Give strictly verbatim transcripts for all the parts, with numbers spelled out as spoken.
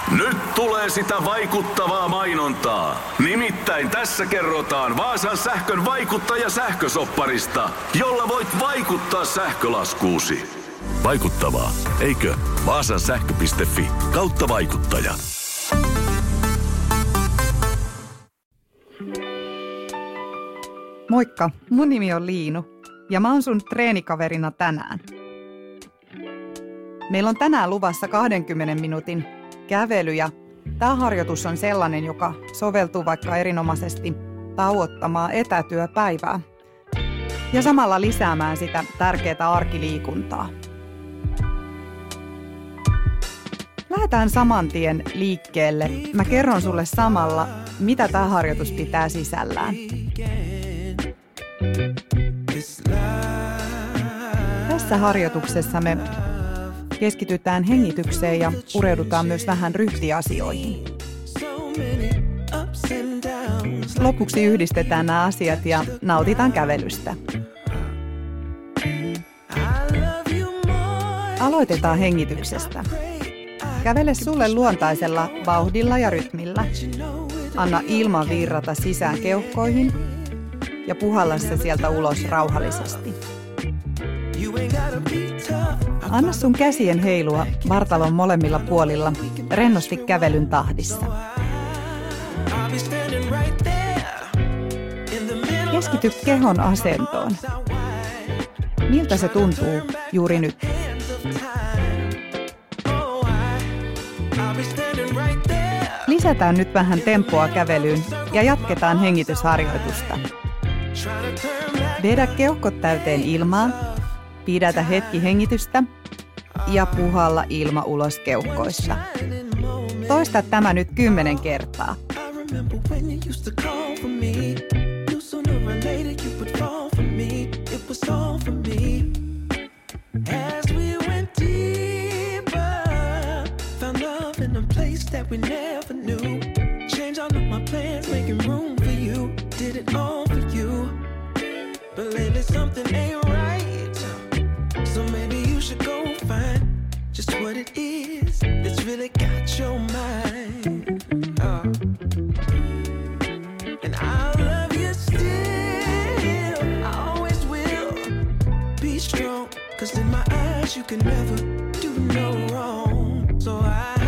Nyt tulee sitä vaikuttavaa mainontaa. Nimittäin tässä kerrotaan Vaasan sähkön vaikuttaja sähkösopparista, jolla voit vaikuttaa sähkölaskuusi. Vaikuttavaa, eikö? Vaasan sähkö piste fi kautta vaikuttaja. Moikka, mun nimi on Liinu ja mä oon sun treenikaverina tänään. Meillä on tänään luvassa kahdenkymmenen minuutin kävely ja tämä harjoitus on sellainen, joka soveltuu vaikka erinomaisesti tauottamaan etätyöpäivää ja samalla lisäämään sitä tärkeää arkiliikuntaa. Lähdetään saman tien liikkeelle. Mä kerron sulle samalla, mitä tämä harjoitus pitää sisällään. Tässä harjoituksessa me keskitytään hengitykseen ja pureudutaan myös vähän ryhtiasioihin. Lopuksi yhdistetään nämä asiat ja nautitaan kävelystä. Aloitetaan hengityksestä. Kävele sulle luontaisella vauhdilla ja rytmillä. Anna ilman virrata sisään keuhkoihin ja puhalla se sieltä ulos rauhallisesti. Anna sun käsien heilua vartalon molemmilla puolilla rennosti kävelyn tahdissa. Keskity kehon asentoon. Miltä se tuntuu juuri nyt? Lisätään nyt vähän tempoa kävelyyn ja jatketaan hengitysharjoitusta. Vedä keuhkot täyteen ilmaa, pidätä hetki hengitystä ja puhalla ilma ulos keuhkoista. Toista tämä nyt kymmenen kertaa. That we never knew. Change all of my plans, making room for you. Did it all for you. But lately something ain't right. So maybe you should go find just what it is that's really got your mind. Oh. And I'll love you still. I always will. Be strong, cause in my eyes you can never do no wrong. So I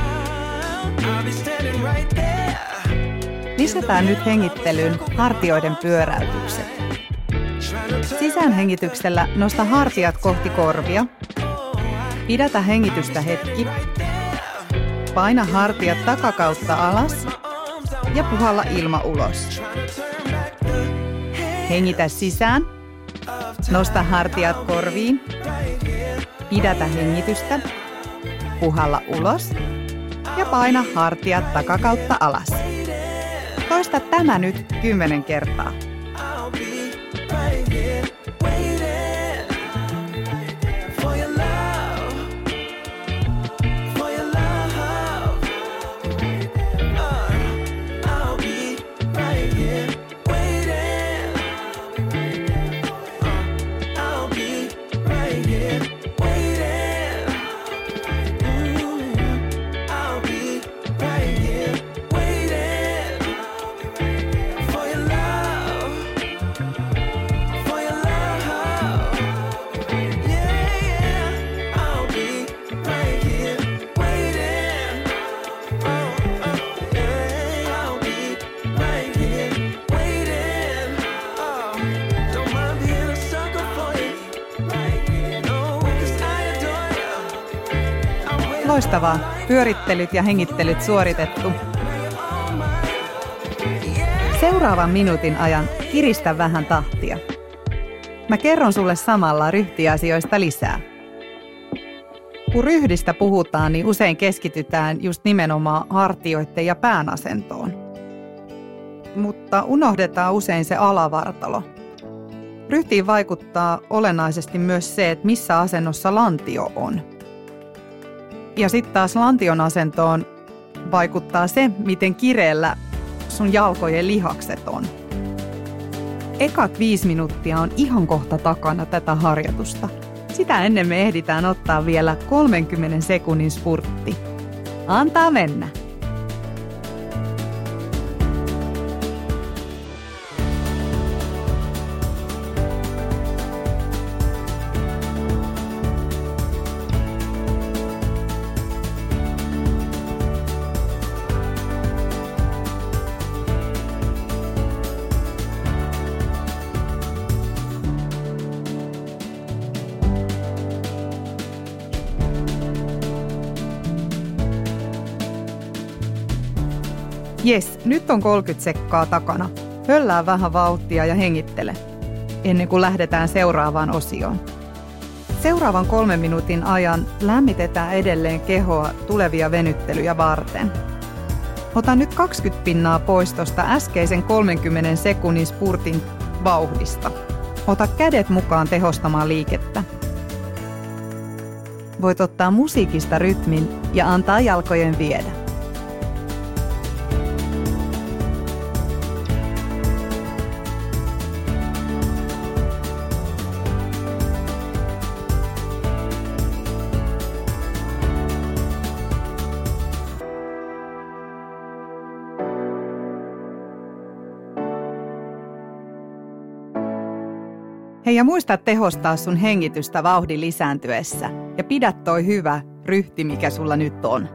Lisätään nyt hengittelyyn hartioiden pyöräytykset. Sisäänhengityksellä nosta hartiat kohti korvia. Pidätä hengitystä hetki. Paina hartiat takakautta alas ja puhalla ilma ulos. Hengitä sisään. Nosta hartiat korviin. Pidätä hengitystä. Puhalla ulos. Ja paina hartiat takakautta alas. Toista tämä nyt kymmenen kertaa. Loistavaa. Pyörittelyt ja hengittelyt suoritettu. Seuraavan minuutin ajan kiristä vähän tahtia. Mä kerron sulle samalla ryhtiasioista lisää. Kun ryhdistä puhutaan, niin usein keskitytään just nimenomaan hartioiden ja pään asentoon. Mutta unohdetaan usein se alavartalo. Ryhtiin vaikuttaa olennaisesti myös se, että missä asennossa lantio on. Ja sitten taas lantion asentoon vaikuttaa se, miten kireellä sun jalkojen lihakset on. Ekat viisi minuuttia on ihan kohta takana tätä harjoitusta. Sitä ennen me ehditään ottaa vielä kolmenkymmenen sekunnin spurtti. Antaa mennä! Jes, nyt on kolmekymmentä sekkaa takana. Höllää vähän vauhtia ja hengittele, ennen kuin lähdetään seuraavaan osioon. Seuraavan kolmen minuutin ajan lämmitetään edelleen kehoa tulevia venyttelyjä varten. Ota nyt kaksikymmentä pinnaa pois tuosta äskeisen kolmenkymmenen sekunnin spurtin vauhdista. Ota kädet mukaan tehostamaan liikettä. Voit ottaa musiikista rytmin ja antaa jalkojen viedä. Hei, ja muista tehostaa sun hengitystä vauhdin lisääntyessä ja pidä toi hyvä ryhti, mikä sulla nyt on.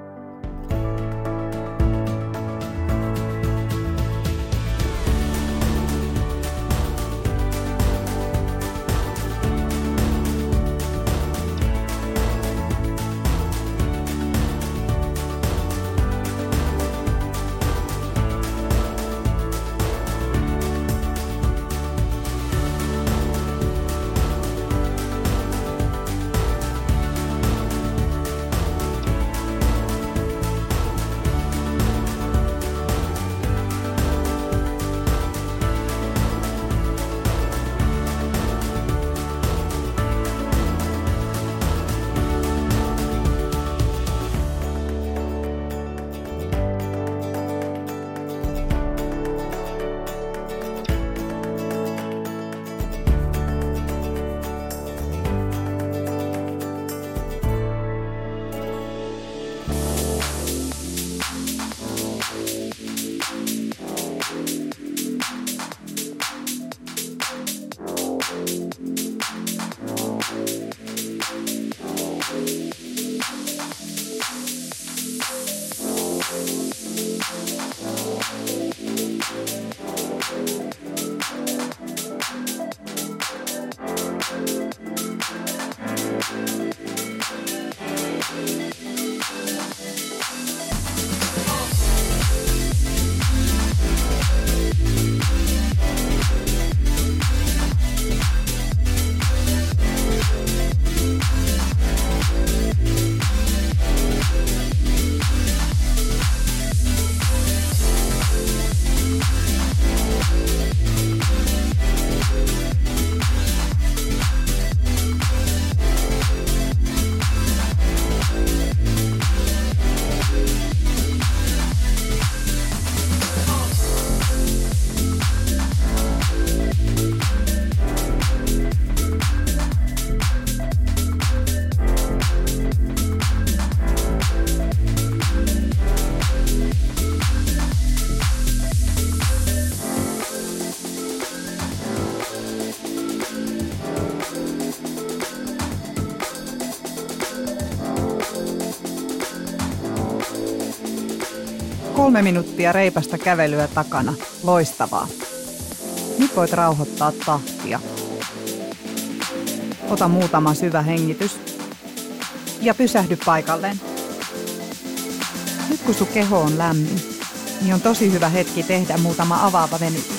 Kolme minuuttia reipasta kävelyä takana. Loistavaa. Nyt voit rauhoittaa tahtia. Ota muutama syvä hengitys ja pysähdy paikalleen. Nyt kun sun keho on lämmin, niin on tosi hyvä hetki tehdä muutama avaava venytys.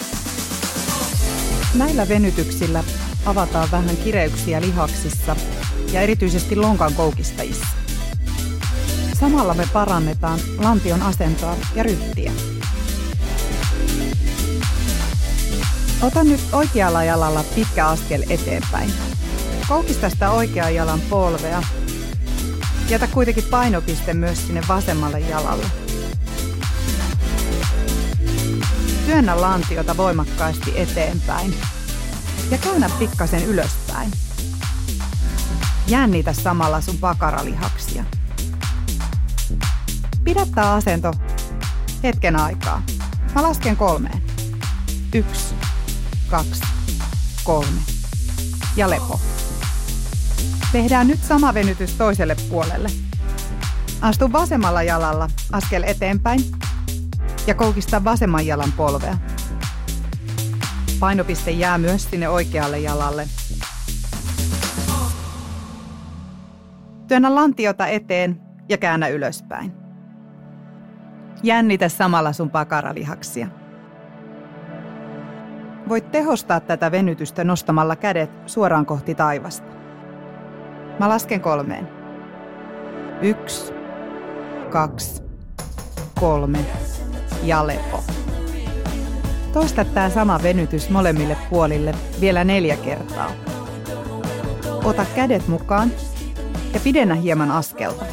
Näillä venytyksillä avataan vähän kireyksiä lihaksissa ja erityisesti lonkan koukistajissa. Samalla me parannetaan lantion asentoa ja ryhtiä. Ota nyt oikealla jalalla pitkä askel eteenpäin. Koukista sitä oikean jalan polvea. Jätä kuitenkin painopiste myös sinne vasemmalle jalalle. Työnnä lantiota voimakkaasti eteenpäin ja käännä pikkasen ylöspäin. Jännitä samalla sun pakaralihaksia. Pidä tää asento hetken aikaa. Mä lasken kolmeen. Yksi, kaksi, kolme ja lepo. Tehdään nyt sama venytys toiselle puolelle. Astu vasemmalla jalalla askel eteenpäin ja koukista vasemman jalan polvea. Painopiste jää myös sinne oikealle jalalle. Työnnä lantiota eteen ja käännä ylöspäin. Jännitä samalla sun pakaralihaksia. Voit tehostaa tätä venytystä nostamalla kädet suoraan kohti taivasta. Mä lasken kolmeen. Yksi, kaksi, kolme ja lepo. Toista tää sama venytys molemmille puolille vielä neljä kertaa. Ota kädet mukaan ja pidennä hieman askelta.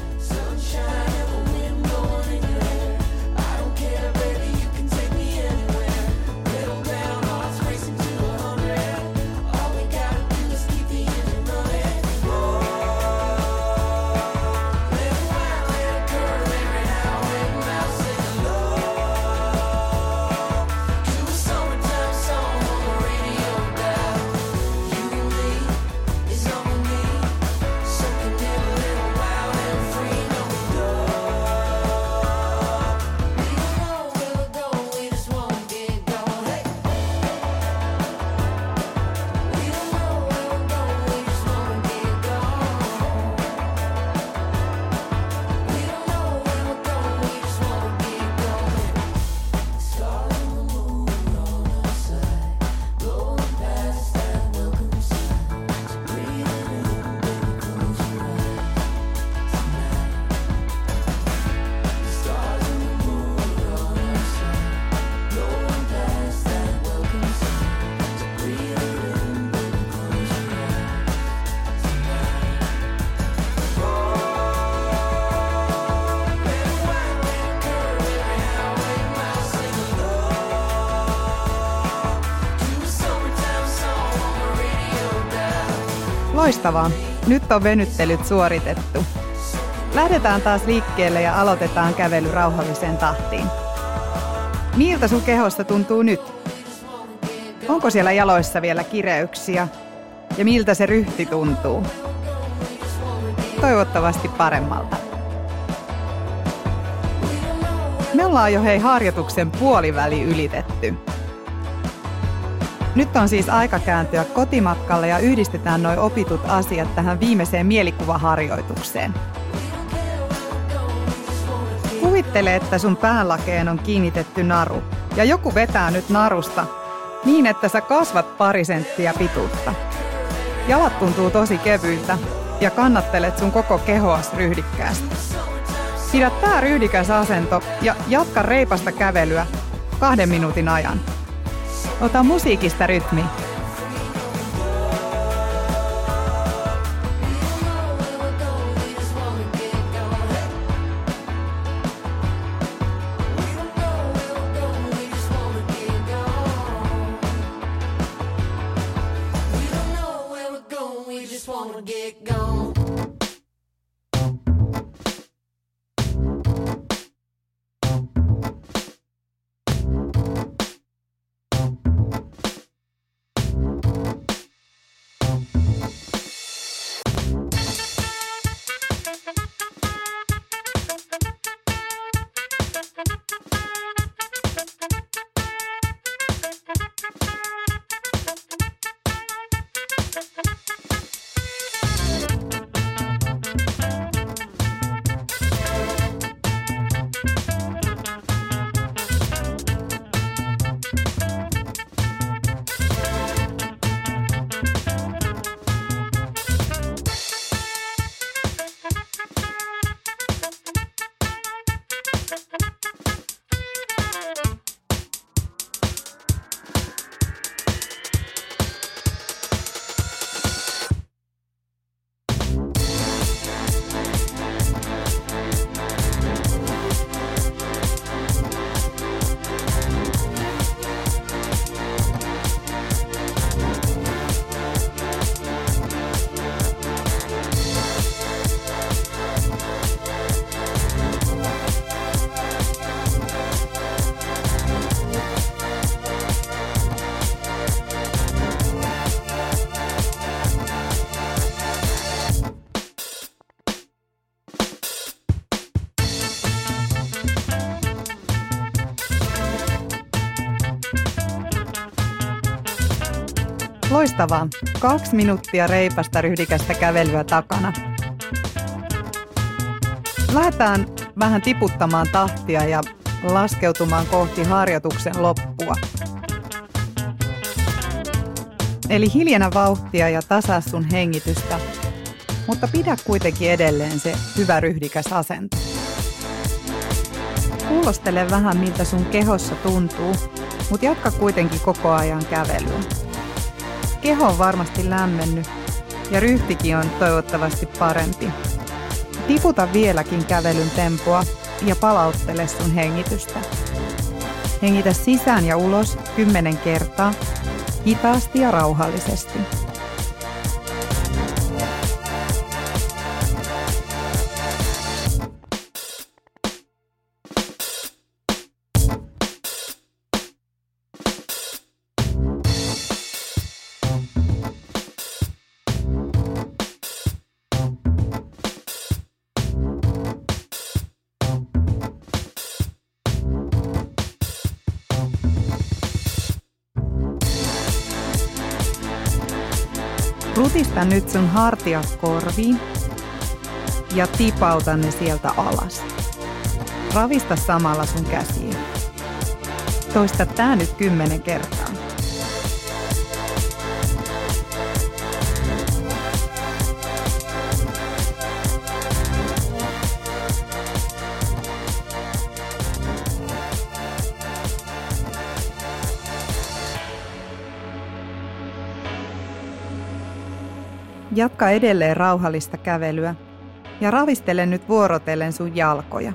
Loistavaa. Nyt on venyttelyt suoritettu. Lähdetään taas liikkeelle ja aloitetaan kävely rauhalliseen tahtiin. Miltä sun kehossa tuntuu nyt? Onko siellä jaloissa vielä kireyksiä? Ja miltä se ryhti tuntuu? Toivottavasti paremmalta. Me ollaan jo hei harjoituksen puoliväli ylitetty. Nyt on siis aika kääntyä kotimatkalle ja yhdistetään nuo opitut asiat tähän viimeiseen mielikuvaharjoitukseen. Kuvittele, että sun päänlakeen on kiinnitetty naru ja joku vetää nyt narusta niin, että sä kasvat pari senttiä pituutta. Jalat tuntuu tosi kevyiltä ja kannattelet sun koko kehoas ryhdikkäästi. Pidä tää ryhdikäs asento ja jatka reipasta kävelyä kahden minuutin ajan. Ota musiikista rytmi. Loistavaa. Kaksi minuuttia reipasta ryhdikästä kävelyä takana. Lähdetään vähän tiputtamaan tahtia ja laskeutumaan kohti harjoituksen loppua. Eli hiljennä vauhtia ja tasaa sun hengitystä, mutta pidä kuitenkin edelleen se hyvä ryhdikäs asento. Kuulostele vähän, miltä sun kehossa tuntuu, mutta jatka kuitenkin koko ajan kävelyä. Keho on varmasti lämmennyt ja ryhtikin on toivottavasti parempi. Tiputa vieläkin kävelyn tempoa ja palauttele sun hengitystä. Hengitä sisään ja ulos kymmenen kertaa, hitaasti ja rauhallisesti. Rutista nyt sun hartiat korviin ja tipauta ne sieltä alas. Ravista samalla sun käsiä. Toista tää nyt kymmenen kertaa. Jatka edelleen rauhallista kävelyä ja ravistele nyt vuorotellen sun jalkoja.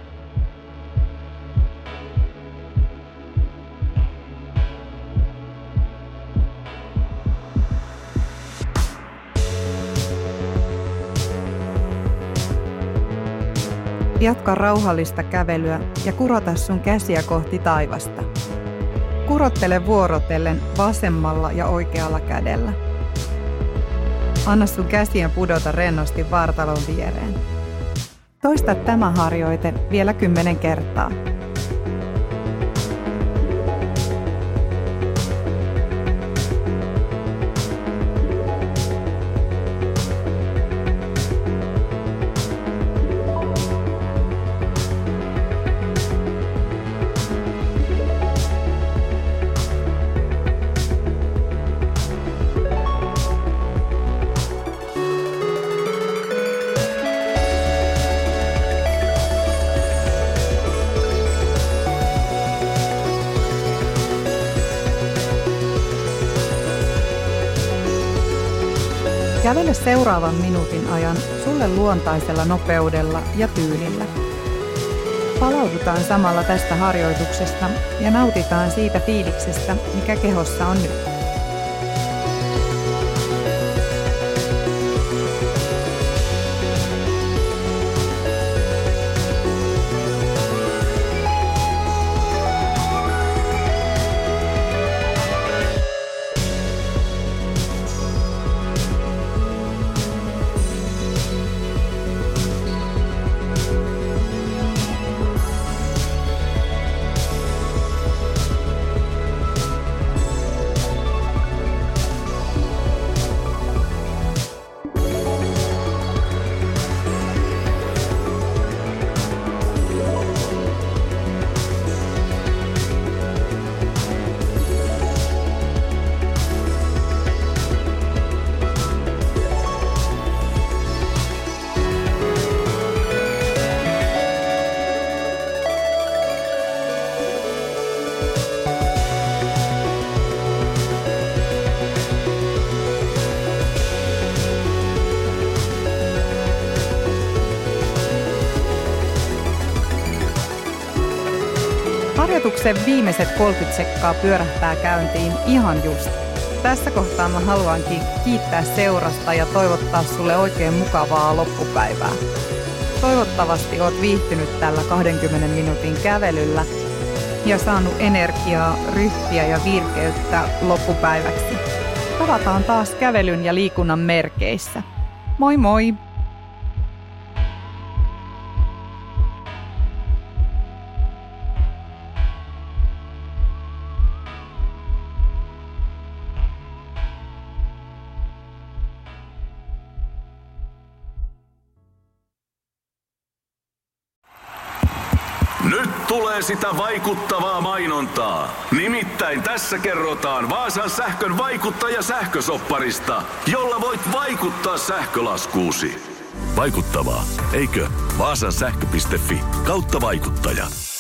Jatka rauhallista kävelyä ja kurota sun käsiä kohti taivasta. Kurottele vuorotellen vasemmalla ja oikealla kädellä. Anna sun käsien pudota rennosti vartalon viereen. Toista tämä harjoite vielä kymmenen kertaa. Kävele seuraavan minuutin ajan sulle luontaisella nopeudella ja tyylillä. Palaudutaan samalla tästä harjoituksesta ja nautitaan siitä fiiliksestä, mikä kehossa on nyt. Harjoituksen viimeiset kolmekymmentä sekkaa pyörähtää käyntiin ihan just. Tässä kohtaa mä haluankin kiittää seurasta ja toivottaa sulle oikein mukavaa loppupäivää. Toivottavasti oot viihtynyt tällä kahdenkymmenen minuutin kävelyllä ja saanut energiaa, ryhtiä ja virkeyttä loppupäiväksi. Tavataan taas kävelyn ja liikunnan merkeissä. Moi moi! Nyt tulee sitä vaikuttavaa mainontaa. Nimittäin tässä kerrotaan Vaasan sähkön vaikuttaja sähkösopparista, jolla voit vaikuttaa sähkölaskuusi. Vaikuttavaa, eikö? Vaasan sähkö piste fi kautta vaikuttaja.